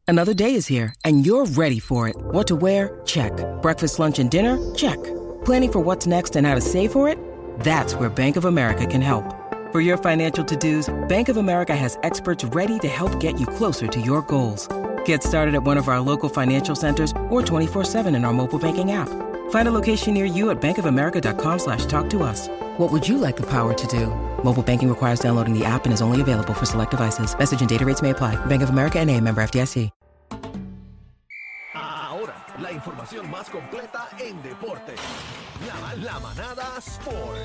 Another day is here, and you're ready for it. What to wear? Check. Breakfast, lunch, and dinner? Check. Planning for what's next and how to save for it? That's where Bank of America can help. For your financial to-dos, Bank of America has experts ready to help get you closer to your goals. Get started at one of our local financial centers or 24/7 in our mobile banking app. Find a location near you at bankofamerica.com/talktous. What would you like the power to do? Mobile banking requires downloading the app and is only available for select devices. Message and data rates may apply. Bank of America N.A., member FDIC. Ahora, la información más completa en deporte. La Manada Sport.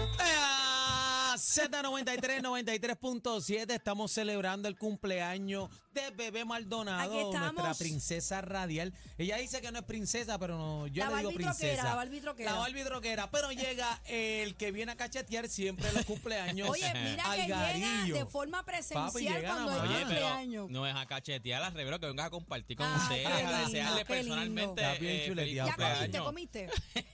Z93, 93.7, estamos celebrando el cumpleaños de Bebé Maldonado, nuestra princesa radial. Ella dice que no es princesa, pero no, yo le digo princesa. La Barbie troquera, pero llega el que viene a cachetear siempre los cumpleaños. Oye, mira que llega de forma presencial. Papi, cuando hay cumpleaños. No es a cachetear, al revés, que vengas a compartir con ustedes, a desearle personalmente feliz cumpleaños. ¿Ya comiste?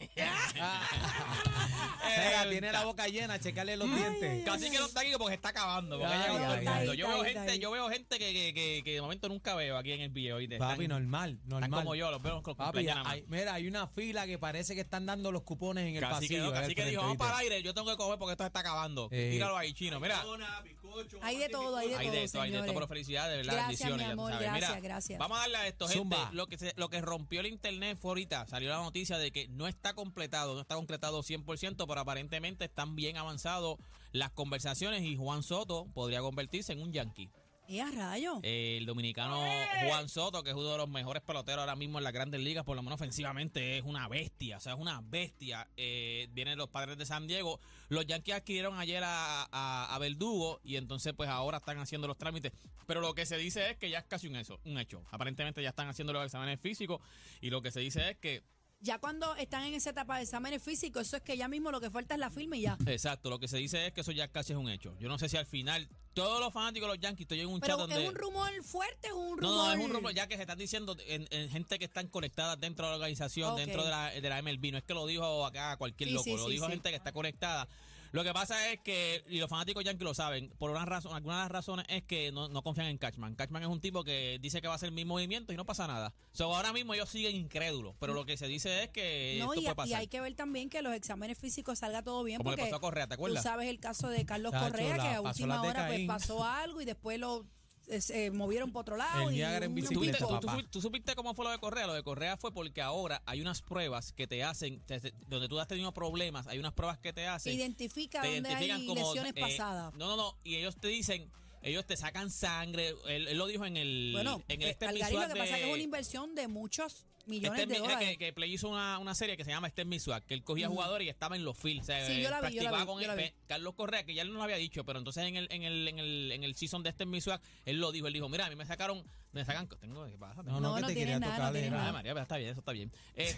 Tiene la boca llena, checarle los dientes. Casi que no está aquí porque está acabando. Yo veo gente que de momento nunca veo aquí en el video. Papi, normal. Están como yo, los veo con Papi, mira, hay una fila que parece que están dando los cupones en el pasillo. Así que dijo, vamos para el aire, yo tengo que comer porque esto se está acabando. Tíralo ahí, chino. Mira. Hay de todo, hay de todo, pero felicidades, de verdad, bendiciones. Mi amor, gracias. Vamos a darle a esto, gente. Lo que rompió el internet fue ahorita, salió la noticia de que no está completado 100%, pero aparentemente están bien avanzados las conversaciones y Juan Soto podría convertirse en un yankee. ¿Y a rayo? El dominicano Juan Soto, que es uno de los mejores peloteros ahora mismo en las grandes ligas, por lo menos ofensivamente es una bestia, es una bestia. Vienen los Padres de San Diego. Los Yankees adquirieron ayer a Verdugo y entonces pues ahora están haciendo los trámites. Pero lo que se dice es que ya es casi un hecho. Aparentemente ya están haciendo los exámenes físicos y lo que se dice es que ya cuando están en esa etapa de exámenes físicos, eso es que ya mismo lo que falta es la firma y ya. Exacto, lo que se dice es que eso ya casi es un hecho. Yo no sé si al final todos los fanáticos de los Yankees, estoy en un chat donde... ¿es un rumor fuerte o un rumor...? No, es un rumor ya que se están diciendo en gente que están conectadas dentro de la organización, dentro de la MLB. No es que lo dijo acá cualquier loco, lo dijo gente que está conectada. Lo que pasa es que, y los fanáticos Yankees lo saben, por una razón, algunas de las razones es que no confían en Cashman. Cashman es un tipo que dice que va a hacer mil movimientos y no pasa nada. Ahora mismo ellos siguen incrédulos, pero lo que se dice es que esto puede pasar. Y hay que ver también que los exámenes físicos salga todo bien. Como porque le pasó a Correa, ¿te acuerdas? Tú sabes el caso de Carlos Correa, que a última hora pues pasó algo y después lo... movieron por otro lado. ¿Tú supiste cómo fue lo de Correa? Lo de Correa fue porque ahora hay unas pruebas que te hacen, donde tú has tenido problemas, hay unas pruebas que te hacen. Identifica donde hay lesiones pasadas. No, y ellos te dicen, ellos te sacan sangre, él lo dijo en el... Bueno, lo que pasa es que es una inversión de muchos millones de dólares. Que Play hizo una serie que se llama Step Me Swag, que él cogía jugadores y estaba en los fields. Sí, yo la vi. Carlos Correa, que ya él no lo había dicho, pero entonces en el season de Step Me Swag, él dijo, mira, a mí me sacan, ¿qué pasa? No tiene nada. María, pero está bien, eso está bien.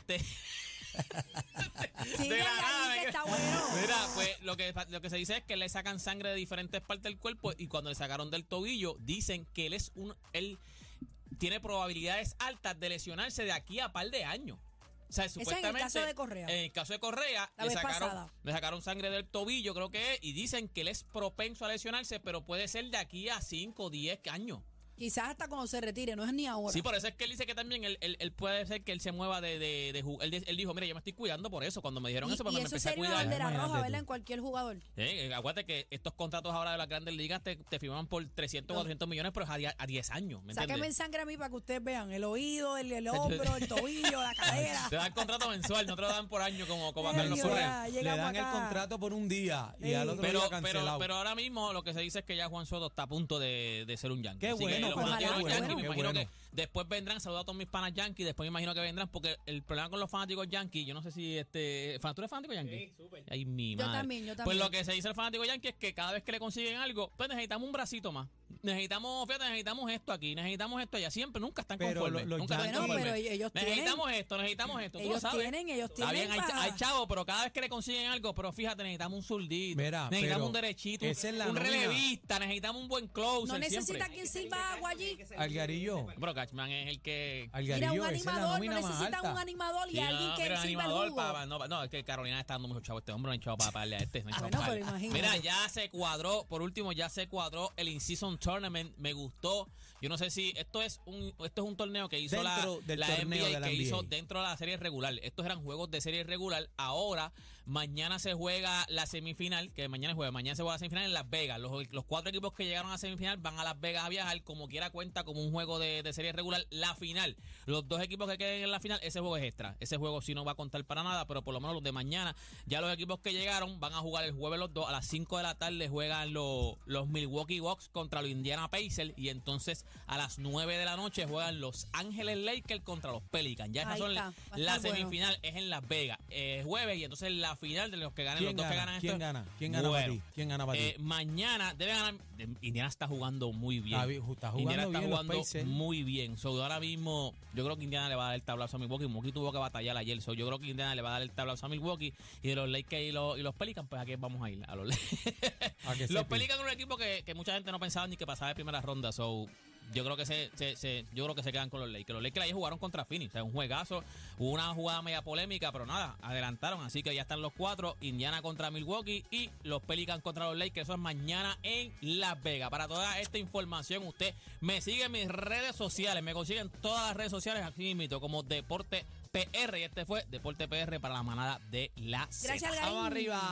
Está bueno. Mira, pues lo que se dice es que le sacan sangre de diferentes partes del cuerpo y cuando le sacaron del tobillo, dicen que él tiene probabilidades altas de lesionarse de aquí a par de años. O sea, supuestamente, en el caso de Correa. En el caso de Correa, le sacaron sangre del tobillo, creo que es, y dicen que él es propenso a lesionarse, pero puede ser de aquí a 5 o 10 años. Quizás hasta cuando se retire, no es ni ahora. Sí, por eso es que él dice que también él puede ser que él se mueva de jugar. Él dijo, mira, yo me estoy cuidando por eso. Cuando me dijeron eso, pues me empecé a cuidar. Y eso sería una bandera roja, ¿verdad? En cualquier jugador. Acuérdate que estos contratos ahora de las grandes ligas te firman por 300 o 400 millones, pero es a 10 años. Sáquenme en sangre a mí para que ustedes vean el oído, el hombro, el tobillo, la cadera. Te dan contrato mensual, no te lo dan por año como a Carlos Correa. Le dan el contrato por un día y al otro día cancelado. Pero ahora mismo lo que se dice es que ya Juan Soto está a punto de ser un Yankee. Qué bueno, me imagino que después vendrán, saludos a todos mis panas Yankees, después me imagino que vendrán, porque el problema con los fanáticos Yankees, yo no sé si ¿tú eres fanático Yankee? Sí, súper. Ay, mi madre. Yo también. Pues lo que se dice el fanático Yankee es que cada vez que le consiguen algo, pues necesitamos un bracito más. Necesitamos esto aquí, necesitamos esto allá. Siempre, nunca están conformes. Pero ellos necesitamos esto. Ellos tienen. Está bien, hay chavos, pero cada vez que le consiguen algo, pero fíjate, necesitamos un zurdito, necesitamos un derechito, un relevista, necesitamos un buen closer. No necesita quien sirva agua allí. Algarillo. Pero Cashman es el que... Mira, un animador, no necesitan un animador y alguien que sirva el jugo. No, es que Carolina está dando mucho chavo a este hombre, no hay chavo para darle a este. Pero imagínate. Mira, ya se cuadró, por último, el in-season Tournament. Me gustó. Yo no sé si esto es un torneo que hizo la NBA, que hizo dentro de la serie regular. Estos eran juegos de serie regular. Ahora, mañana se juega la semifinal, que mañana se juega la semifinal en Las Vegas. Los 4 equipos que llegaron a semifinal van a Las Vegas a viajar, como quiera cuenta como un juego de serie regular. La final, los 2 equipos que queden en la final, ese juego es extra. Ese juego sí no va a contar para nada, pero por lo menos los de mañana, ya los equipos que llegaron van a jugar el jueves los 2. A las 5 de la tarde juegan los Milwaukee Bucks contra los Indiana Pacers, y entonces a las 9 de la noche juegan los Ángeles Lakers contra los Pelicans. Ya esas son la semifinal, es en Las Vegas, jueves, y entonces la final de los que ganen, los dos que ganan esto. ¿Quién gana para ti? ¿Quién gana para ti? Mañana debe ganar. Indiana está jugando muy bien. Indiana está jugando muy bien. Ahora mismo, yo creo que Indiana le va a dar el tablazo a Milwaukee. Milwaukee tuvo que batallar ayer. Yo creo que Indiana le va a dar el tablazo a Milwaukee. Y de los Lakers y los Pelicans, pues aquí vamos a ir. A los los Pelicans son un equipo que mucha gente no pensaba ni que pasaba de primera ronda. Yo creo que se quedan con los Lakers. Los Lakers ayer jugaron contra Phoenix, o sea, un juegazo. Hubo una jugada media polémica, pero nada, adelantaron. Así que ya están los 4, Indiana contra Milwaukee y los Pelicans contra los Lakers. Eso es mañana en Las Vegas. Para toda esta información, usted me sigue en mis redes sociales. Me consiguen todas las redes sociales aquí mismo como Deporte PR. Y este fue Deporte PR para la manada de la Z. Gracias, Algarín. Vamos arriba.